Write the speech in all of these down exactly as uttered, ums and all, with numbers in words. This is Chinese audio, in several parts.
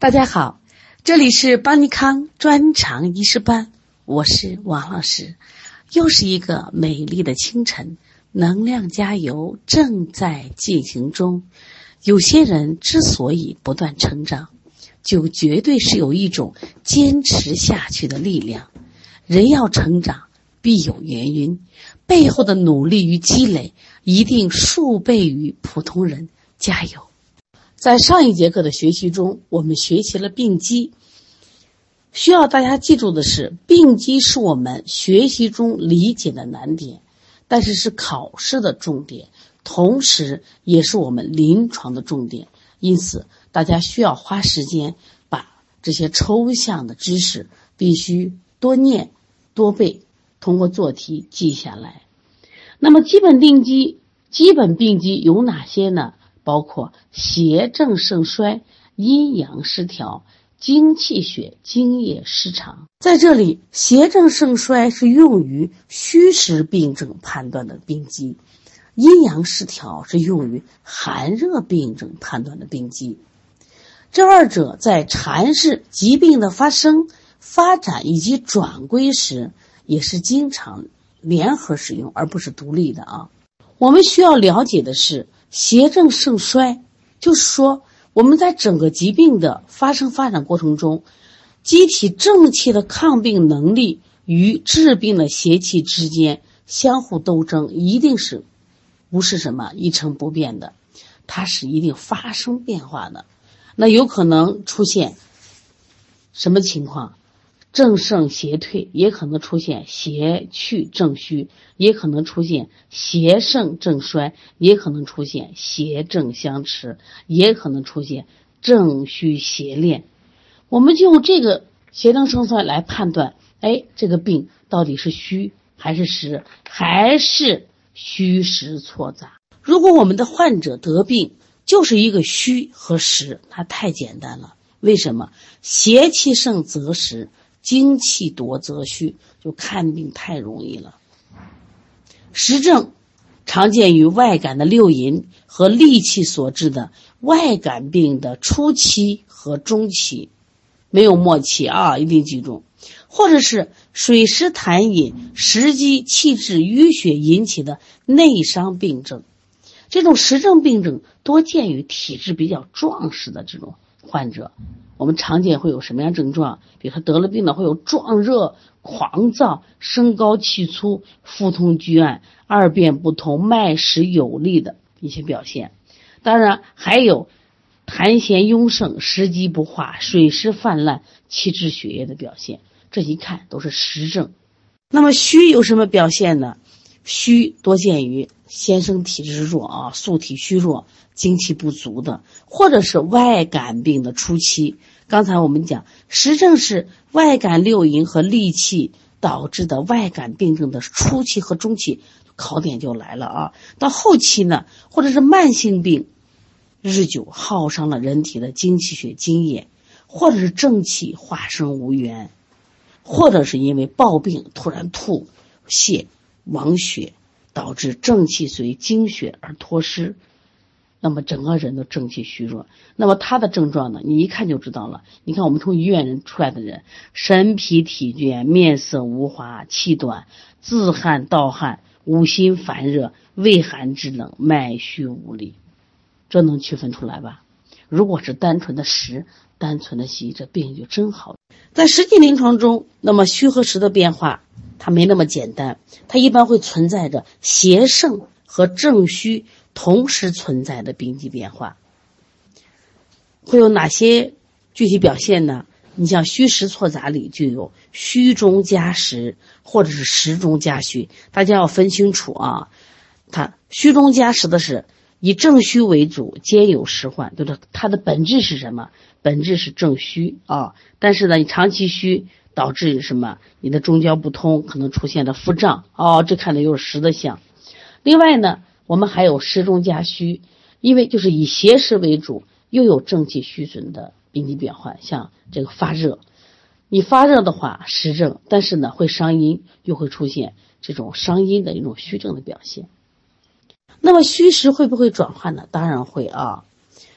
大家好，这里是邦尼康专长医师班，我是王老师。又是一个美丽的清晨，能量加油正在进行中。有些人之所以不断成长，就绝对是有一种坚持下去的力量。人要成长必有原因，背后的努力与积累一定数倍于普通人。加油！在上一节课的学习中，我们学习了病机。需要大家记住的是，病机是我们学习中理解的难点，但是是考试的重点，同时也是我们临床的重点。因此大家需要花时间把这些抽象的知识必须多念多背，通过做题记下来。那么基本病机基本病机有哪些呢？包括邪正盛衰、阴阳失调、精气血津液失常。在这里，邪正盛衰是用于虚实病症判断的病机，阴阳失调是用于寒热病症判断的病机。这二者在阐释疾病的发生、发展以及转归时，也是经常联合使用，而不是独立的啊。我们需要了解的是，邪正盛衰，就是说我们在整个疾病的发生发展过程中，机体正气的抗病能力与治病的邪气之间相互斗争，一定是不是什么一成不变的，它是一定发生变化的。那有可能出现什么情况？正盛邪退，也可能出现邪去正虚，也可能出现邪盛正衰，也可能出现邪正相持，也可能出现正虚邪恋。我们就用这个邪正盛衰来判断，哎，这个病到底是虚还是实，还是虚实错杂。如果我们的患者得病就是一个虚和实，它太简单了。为什么？邪气盛则实，精气夺则虚，就看病太容易了。实症常见于外感的六淫和戾气所致的外感病的初期和中期，没有末期啊，一定记住。或者是水湿痰饮、食积气滞淤血引起的内伤病症。这种实症病症多见于体质比较壮实的这种患者。我们常见会有什么样症状？比如他得了病呢，会有壮热、狂躁、升高气粗、腹痛拒按、二便不通、脉实有力的一些表现。当然还有痰涎壅盛、食积不化、水湿泛滥、气滞血液的表现。这一看都是实症。那么虚有什么表现呢？虚多见于先生体质弱啊，素体虚弱、精气不足的，或者是外感病的初期。刚才我们讲实症是外感六淫和戾气导致的外感病症的初期和中期，考点就来了啊。到后期呢，或者是慢性病日久耗伤了人体的精气血津液，或者是正气化生无源，或者是因为暴病突然吐泻亡血，导致正气随精血而脱失，那么整个人都正气虚弱。那么他的症状呢，你一看就知道了。你看我们从医院人出来的人，神疲体倦、面色无华、气短、自汗盗汗、五心烦热、畏寒肢冷、脉虚无力，这能区分出来吧？如果是单纯的实、单纯的虚，这病就真好。在实际临床中，那么虚和实的变化它没那么简单，它一般会存在着邪盛和正虚同时存在的病机变化。会有哪些具体表现呢？你像虚实错杂里就有虚中加实，或者是实中加虚，大家要分清楚啊。它虚中加实的是以正虚为主，兼有实患，就是它的本质是什么？本质是正虚啊，但是呢，你长期虚导致什么？你的中焦不通，可能出现的腹胀哦，这看的又是实的象。另外呢，我们还有实中加虚，因为就是以邪实为主，又有正气虚损的病机变化，像这个发热，你发热的话实症，但是呢会伤阴，又会出现这种伤阴的一种虚症的表现。那么虚实会不会转换呢？当然会啊。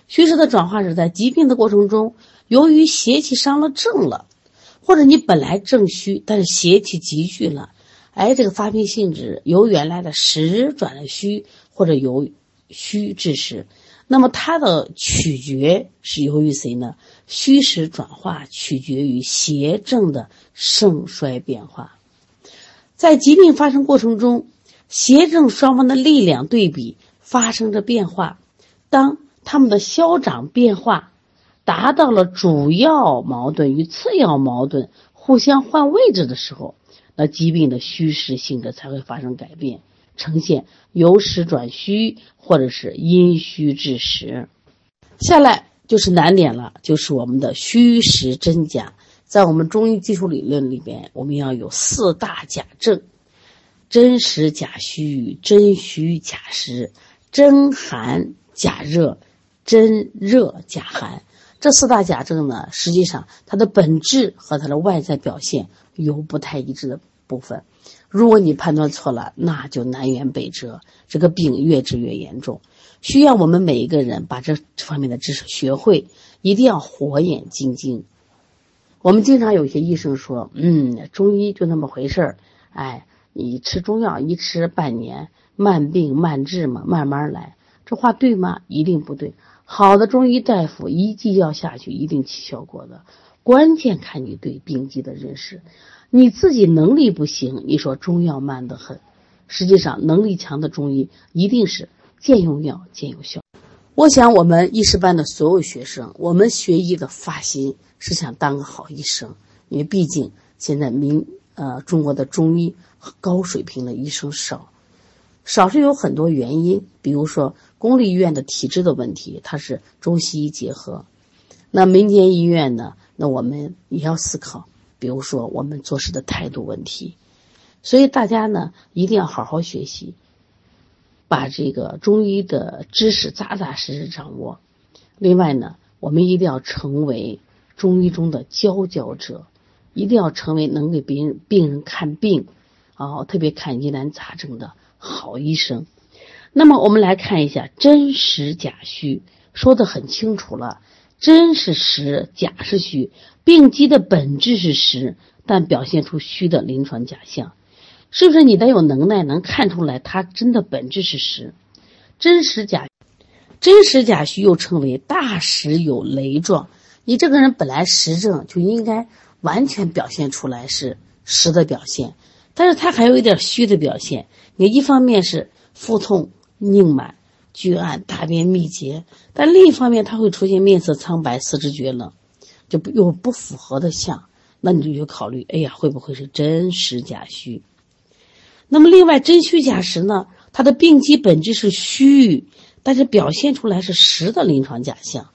虚实的转化是在疾病的过程中，由于邪气伤了正了，或者你本来正虚，但是邪气集聚了，哎，这个发病性质由原来的实转了虚，或者由虚至实。那么它的取决是由于谁呢？虚实转化取决于邪正的盛衰变化。在疾病发生过程中，邪正双方的力量对比发生着变化，当他们的消长变化达到了主要矛盾与次要矛盾互相换位置的时候，那疾病的虚实性质才会发生改变，呈现由实转虚，或者是因虚致实。下来就是难点了，就是我们的虚实真假。在我们中医基础理论里边，我们要有四大假正：真实假虚、真虚假实、真寒假热、真热假寒。这四大假正呢，实际上它的本质和它的外在表现有不太一致的部分。如果你判断错了，那就南辕北辙，这个病越治越严重。需要我们每一个人把这方面的知识学会，一定要火眼金睛。我们经常有些医生说，嗯，中医就那么回事儿，哎，你吃中药一吃半年，慢病慢治嘛，慢慢来。这话对吗？一定不对。好的中医大夫一剂药下去一定起效果的，关键看你对病机的认识。你自己能力不行，你说中药慢得很，实际上能力强的中医一定是见用药见有效。我想我们医师班的所有学生，我们学医的发心是想当个好医生，因为毕竟现在民呃中国的中医高水平的医生少，少是有很多原因，比如说公立医院的体制的问题，它是中西医结合。那民间医院呢，那我们也要思考，比如说我们做事的态度问题。所以大家呢一定要好好学习，把这个中医的知识扎扎实实掌握。另外呢，我们一定要成为中医中的佼佼者，一定要成为能给别人病人看病啊，特别看疑难杂症的好医生。那么我们来看一下真实假虚，说得很清楚了，真是实，假是虚，病机的本质是实，但表现出虚的临床假象。是不是你得有能耐能看出来它真的本质是实？真实假真实假虚又称为大实有雷状。你这个人本来实症就应该完全表现出来是实的表现，但是它还有一点虚的表现。你一方面是腹痛宁满拘按大便秘结，但另一方面它会出现面色苍白四肢厥冷，就不有不符合的象，那你就有考虑，哎呀，会不会是真实假虚？那么另外真虚假实呢，它的病机本质是虚，但是表现出来是实的临床假象。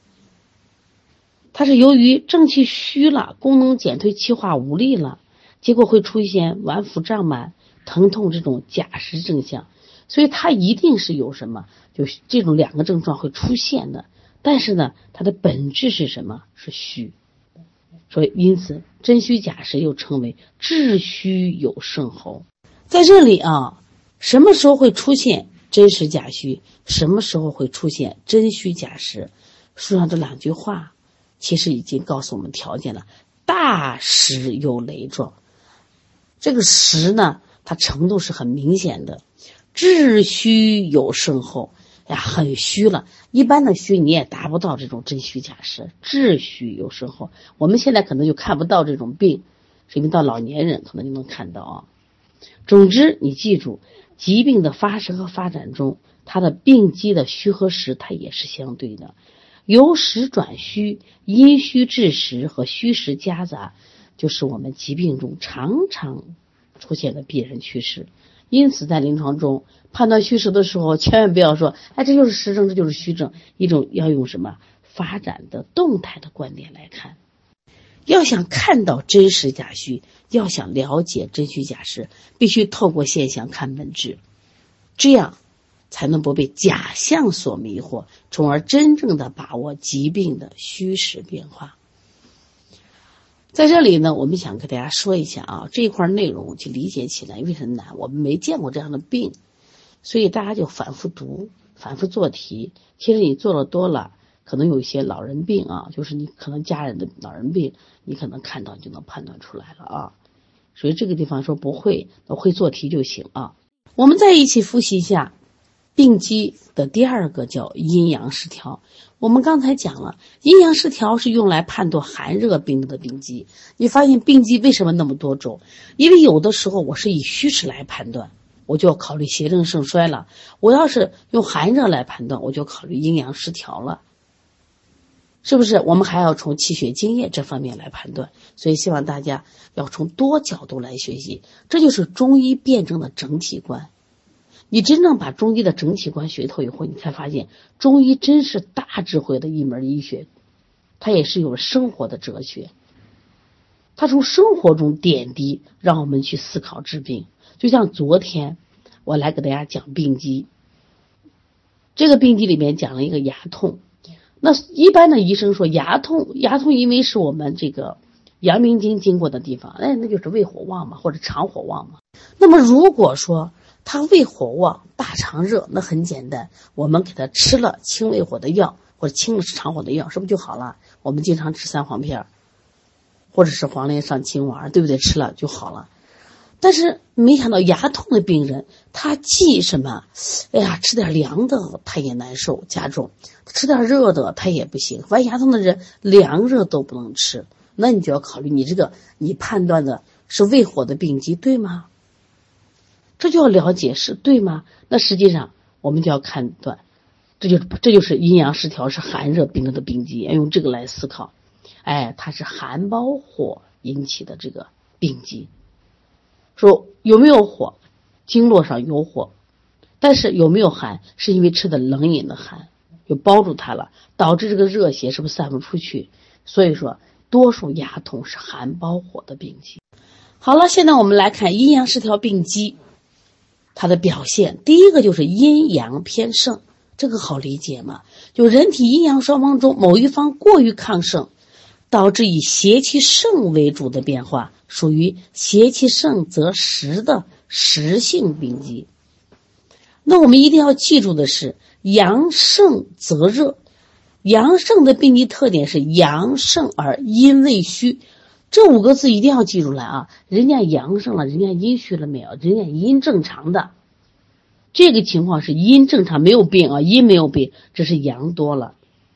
它是由于正气虚了，功能减退气化无力了，结果会出现脘腹胀满疼痛这种假实症象。所以它一定是有什么，就这种两个症状会出现的，但是呢它的本质是什么？是虚。所以因此真虚假实又称为治虚有胜候。在这里啊，什么时候会出现真实假虚，什么时候会出现真虚假实，书上这两句话其实已经告诉我们条件了。大实有雷状，这个实呢它程度是很明显的。治虚有胜候，哎呀，很虚了，一般的虚你也达不到这种真虚假实，治虚有胜候。我们现在可能就看不到这种病，因为到老年人可能就能看到啊。总之你记住，疾病的发生和发展中，它的病机的虚和实它也是相对的，由实转虚，因虚致实和虚实夹杂，就是我们疾病中常常出现的必然趋势。因此在临床中判断虚实的时候，千万不要说哎，这就是实症，这就是虚症，一种要用什么发展的动态的观点来看。要想看到真实假虚，要想了解真虚假实，必须透过现象看本质，这样才能不被假象所迷惑，从而真正的把握疾病的虚实变化。在这里呢，我们想跟大家说一下啊，这一块内容去理解起来为什么难？我们没见过这样的病，所以大家就反复读反复做题，其实你做了多了， 可能有一些老人病啊，就是你可能家人的老人病，你可能看到就能判断出来了啊。所以这个地方说不会，会做题就行啊。我们再一起复习一下病机的第二个叫阴阳失调。我们刚才讲了，阴阳失调是用来判断寒热病的病机。你发现病机为什么那么多种？因为有的时候我是以虚实来判断，我就要考虑邪正盛衰了；我要是用寒热来判断，我就考虑阴阳失调了。是不是？我们还要从气血津液这方面来判断。所以希望大家要从多角度来学习，这就是中医辩证的整体观。你真正把中医的整体观学透以后，你才发现中医真是大智慧的一门医学，它也是有生活的哲学，它从生活中点滴让我们去思考治病。就像昨天我来给大家讲病机，这个病机里面讲了一个牙痛。那一般的医生说牙痛，牙痛因为是我们这个阳明经经过的地方，哎，那就是胃火旺嘛，或者肠火旺嘛。那么如果说他胃火旺、大肠热，那很简单，我们给他吃了清胃火的药或者清肠火的药，是不是就好了？我们经常吃三黄片或者是黄连上清丸，对不对？吃了就好了。但是没想到牙痛的病人，他既什么，哎呀，吃点凉的他也难受加重，吃点热的他也不行。反正牙痛的人凉热都不能吃，那你就要考虑你这个你判断的是胃火的病机对吗？这就要了解是对吗？那实际上我们就要判断，这就这就是阴阳失调，是寒热病的病机，要用这个来思考。哎，它是寒包火引起的这个病机。说有没有火？经络上有火，但是有没有寒？是因为吃的冷饮的寒，就包住它了，导致这个热邪是不是散不出去？所以说多数牙痛是寒包火的病机。好了，现在我们来看阴阳失调病机它的表现。第一个就是阴阳偏盛，这个好理解嘛，就人体阴阳双方中某一方过于亢盛，导致以邪气盛为主的变化，属于邪气盛则实的实性病机。那我们一定要记住的是，阳盛则热。阳盛的病机特点是阳盛而阴未虚，这五个字一定要记住来啊！人家阳盛了，人家阴虚了没有？人家阴正常的，这个情况是阴正常，没有病啊，阴没有病，这是阳多了。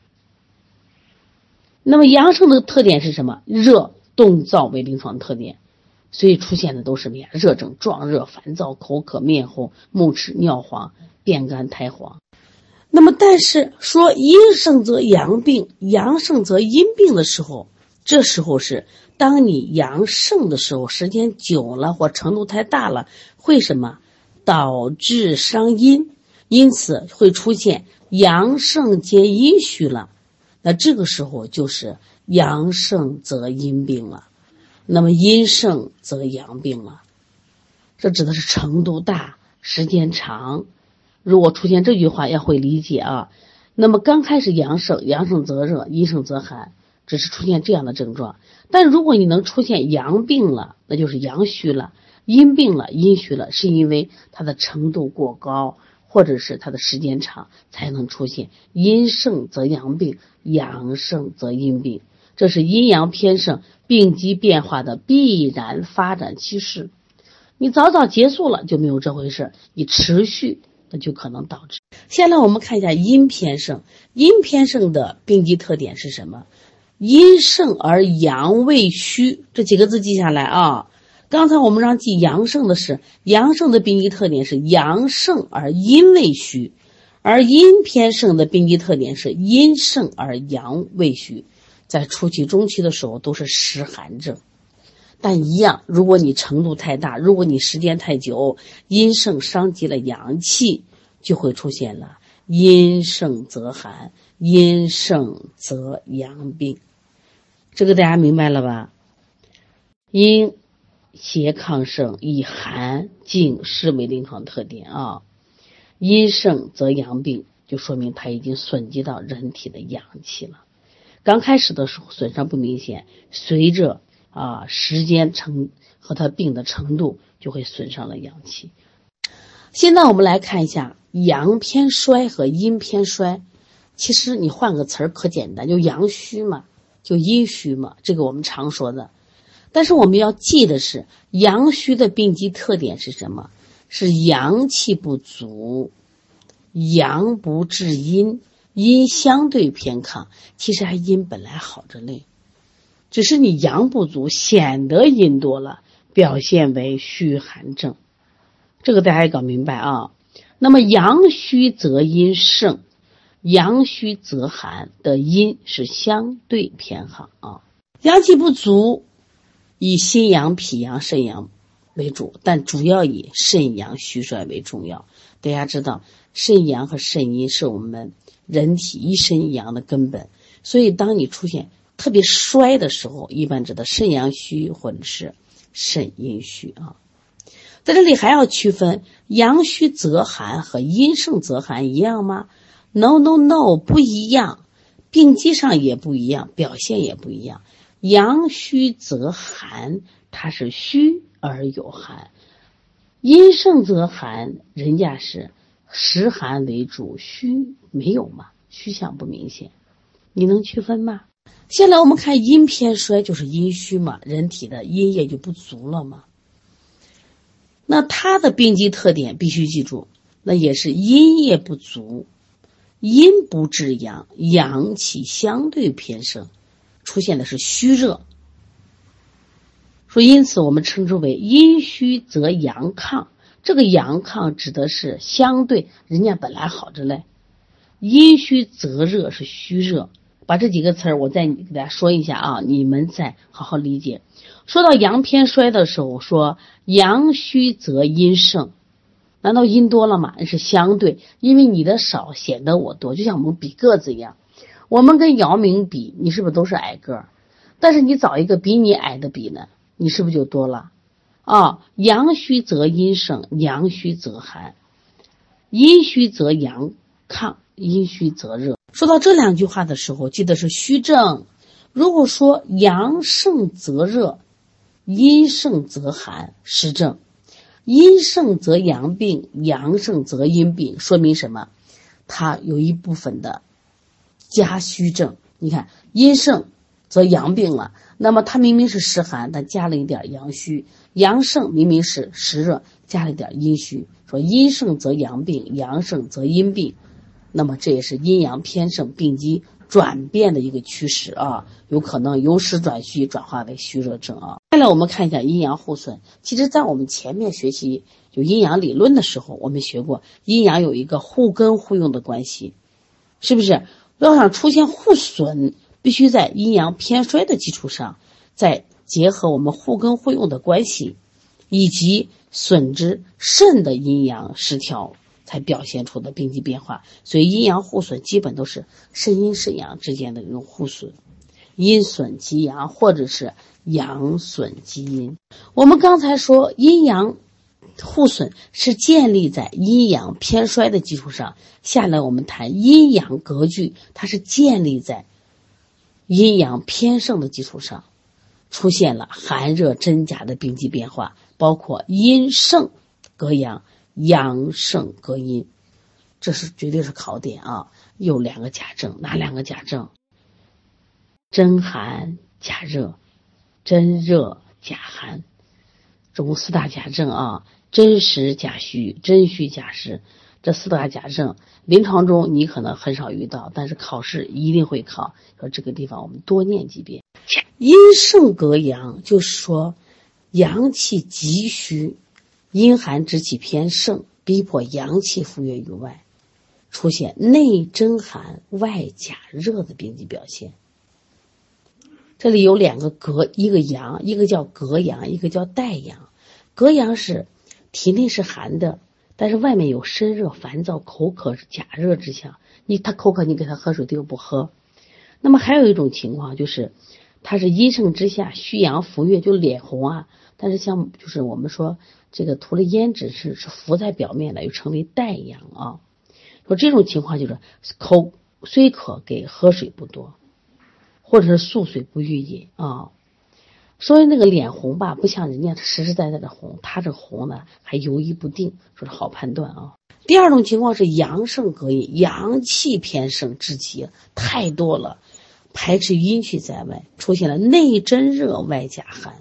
那么阳盛的特点是什么？热动燥为临床特点，所以出现的都是什么呀？热症、壮热、烦躁、口渴、面红、目赤、尿黄、便干、苔黄。那么但是说阴盛则阳病，阳盛则阴病的时候，这时候是当你阳盛的时候，时间久了或程度太大了，会什么？导致伤阴，因此会出现阳盛兼阴虚了。那这个时候就是阳盛则阴病了，那么阴盛则阳病了。这指的是程度大、时间长。如果出现这句话要会理解啊。那么刚开始阳盛，阳盛则热，阴盛则寒，只是出现这样的症状。但如果你能出现阳病了，那就是阳虚了；阴病了，阴虚了，是因为它的程度过高，或者是它的时间长，才能出现阴盛则阳病，阳盛则阴病。这是阴阳偏盛病机变化的必然发展趋势。你早早结束了就没有这回事，你持续那就可能导致。先来我们看一下阴偏盛。阴偏盛的病机特点是什么？阴盛而阳未虚，这几个字记下来啊。刚才我们让记阳盛的是，阳盛的病机特点是阳盛而阴未虚，而阴偏盛的病机特点是阴盛而阳未虚。在初期中期的时候都是实寒症，但一样，如果你程度太大，如果你时间太久，阴盛伤及了阳气，就会出现了阴盛则寒，阴盛则阳病。这个大家明白了吧？阴邪亢盛，以寒静湿为临床特点啊。阴盛则阳病，就说明它已经损及到人体的阳气了。刚开始的时候损伤不明显，随着啊时间程和它病的程度，就会损伤了阳气。现在我们来看一下阳偏衰和阴偏衰。 其实你换个词儿可简单，就阳虚嘛，就阴虚嘛，这个我们常说的。但是我们要记的是，阳虚的病机特点是什么？是阳气不足，阳不治阴，阴相对偏亢。其实还阴本来好着嘞，只是你阳不足，显得阴多了，表现为虚寒症。这个大家搞明白啊。那么阳虚则阴盛，阳虚则寒的阴是相对偏寒啊。阳气不足，以心阳、脾阳、肾阳为主，但主要以肾阳虚衰为重要。大家知道，肾阳和肾阴是我们人体一身一阳的根本，所以当你出现特别衰的时候，一般指的肾阳虚或者是肾阴虚啊。在这里还要区分阳虚则寒和阴盛则寒一样吗？ No No No 不一样，病机上也不一样，表现也不一样。阳虚则寒，它是虚而有寒；阴盛则寒，人家是实寒为主，虚没有嘛，虚象不明显，你能区分吗？现在我们看阴偏衰，就是阴虚嘛，人体的阴液就不足了嘛。那它的病机特点必须记住，那也是阴液不足，阴不治阳，阳气相对偏盛，出现的是虚热。说因此我们称之为阴虚则阳亢，这个阳亢指的是相对人家本来好着嘞，阴虚则热是虚热。把这几个词儿我再给大家说一下啊，你们再好好理解。说到阳偏衰的时候，说阳虚则阴盛，难道阴多了吗？是相对，因为你的少显得我多，就像我们比个子一样，我们跟姚明比，你是不是都是矮个儿？但是你找一个比你矮的比呢，你是不是就多了啊？阳虚则阴盛，阳虚则寒，阴虚则阳亢，阴虚则热。说到这两句话的时候，记得是虚症。如果说阳盛则热，阴盛则寒，实症；阴盛则阳病，阳盛则阴病，说明什么？它有一部分的加虚症。你看，阴盛则阳病了，那么它明明是实寒，但加了一点阳虚；阳盛明明是实热，加了一点阴虚。说阴盛则阳病，阳盛则阴病，那么这也是阴阳偏盛病机转变的一个趋势啊，有可能由实转虚，转化为虚热症啊。再来我们看一下阴阳互损。其实在我们前面学习有阴阳理论的时候，我们学过阴阳有一个互根互用的关系，是不是？要想出现互损，必须在阴阳偏衰的基础上，再结合我们互根互用的关系，以及损之肾的阴阳失调，才表现出的病机变化。所以阴阳互损基本都是肾阴肾阳之间的这种互损，阴损及阳，或者是阳损及阴。我们刚才说阴阳互损是建立在阴阳偏衰的基础上，下来我们谈阴阳格局，它是建立在阴阳偏盛的基础上，出现了寒热真假的病机变化，包括阴盛格阳，阳盛格阴，这是绝对是考点啊！有两个假证，哪两个假证？真寒假热，真热假寒，总四大假证啊！真实假虚，真虚假实，这四大假证，临床中你可能很少遇到，但是考试一定会考。说这个地方我们多念几遍。阴盛格阳，就是说阳气急虚，阴寒之气偏盛，逼迫阳气浮越于外，出现内真寒外假热的病机表现。这里有两个格，一个阳，一个叫格阳，一个叫带阳。格阳是体内是寒的，但是外面有身热烦躁口渴假热之象，你他口渴你给他喝水他又不喝。那么还有一种情况就是他是阴盛之下虚阳浮越，就脸红啊，但是像就是我们说这个涂了胭脂是是浮在表面的，又称为带阳啊。说这种情况就是口虽渴给喝水不多，或者是宿水不欲饮啊。所以那个脸红吧，不像人家实实在在的红，他这红呢还犹豫不定，说是好判断啊。 第二种情况是阳盛隔阴，阳气偏盛之极太多了，排斥阴气在外，出现了内真热外加寒，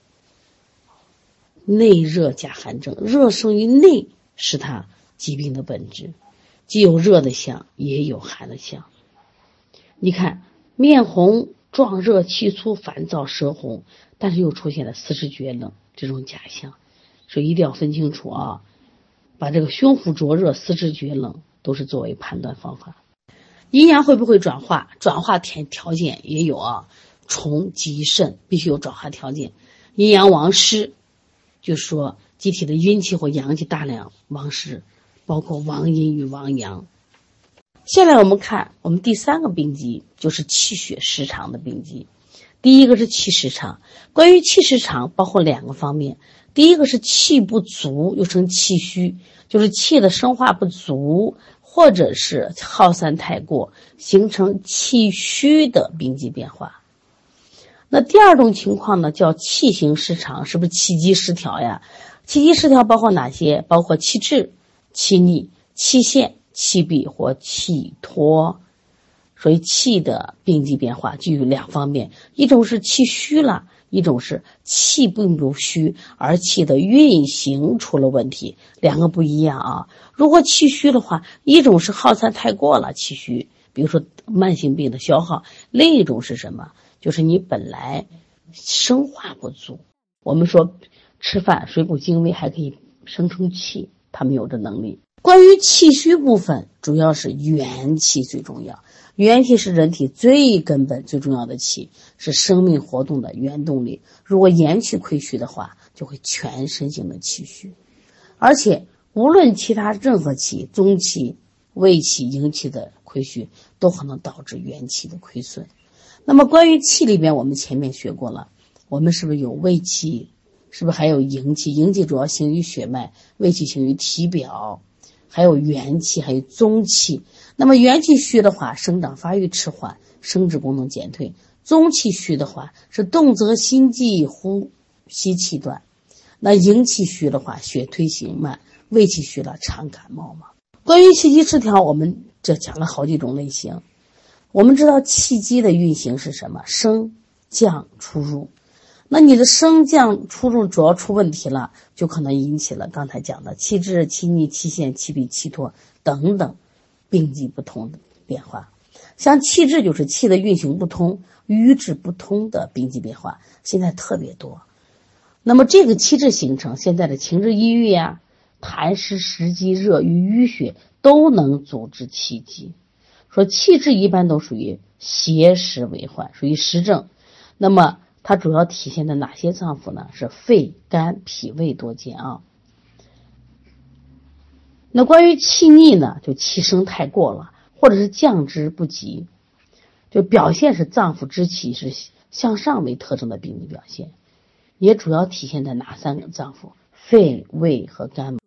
内热加寒症，热生于内是它疾病的本质，既有热的象，也有寒的象。你看面红壮热气粗烦躁舌红，但是又出现了四肢厥冷这种假象，所以一定要分清楚啊，把这个胸腹灼热四肢厥冷都是作为判断方法。阴阳会不会转化？转化条件也有啊，虫吉肾必须有转化条件，阴阳亡失，就是说机体的阴气或阳气大量亡失，包括亡阴与亡阳。下来我们看我们第三个病机，就是气血失常的病机。第一个是气失常，关于气失常包括两个方面，第一个是气不足，又称气虚，就是气的生化不足，或者是耗散太过，形成气虚的病机变化。那第二种情况呢，叫气行失常，是不是气机失调呀？气机失调包括哪些？包括气滞、气逆、气陷、气闭或气脱。所以气的病机变化具有两方面，一种是气虚了，一种是气并不虚，而气的运行出了问题，两个不一样啊。如果气虚的话，一种是耗散太过了，气虚，比如说慢性病的消耗；另一种是什么？就是你本来生化不足。我们说吃饭水谷精微还可以生成气，他们有这能力。关于气虚部分，主要是元气最重要。元气是人体最根本最重要的气，是生命活动的原动力。如果元气亏虚的话，就会全身性的气虚。而且无论其他任何气，中气、胃气、营气的亏虚，都可能导致元气的亏损。那么关于气里边，我们前面学过了，我们是不是有胃气，是不是还有营气？营气主要行于血脉，胃气行于体表，还有元气，还有中气。那么元气虚的话，生长发育迟缓，生殖功能减退；中气虚的话，是动则心悸，呼吸气短。那营气虚的话，血推行慢；胃气虚了，常感冒嘛。关于气机失调，我们这讲了好几种类型。我们知道气机的运行是什么？升降出入。那你的升降出入主要出问题了，就可能引起了刚才讲的气滞、气逆、气陷、气闭、气脱等等病机不同的变化。像气滞就是气的运行不通、瘀滞不通的病机变化，现在特别多。那么这个气滞形成，现在的情志抑郁呀、痰湿、食积、热瘀、淤血都能阻止气机。说气滞一般都属于邪实为患，属于实症。那么它主要体现在哪些脏腑呢？是肺、肝、脾胃多见啊。那关于气逆呢，就气升太过了，或者是降之不及，就表现是脏腑之气是向上为特征的病理表现，也主要体现在哪三个脏腑？肺、胃和肝。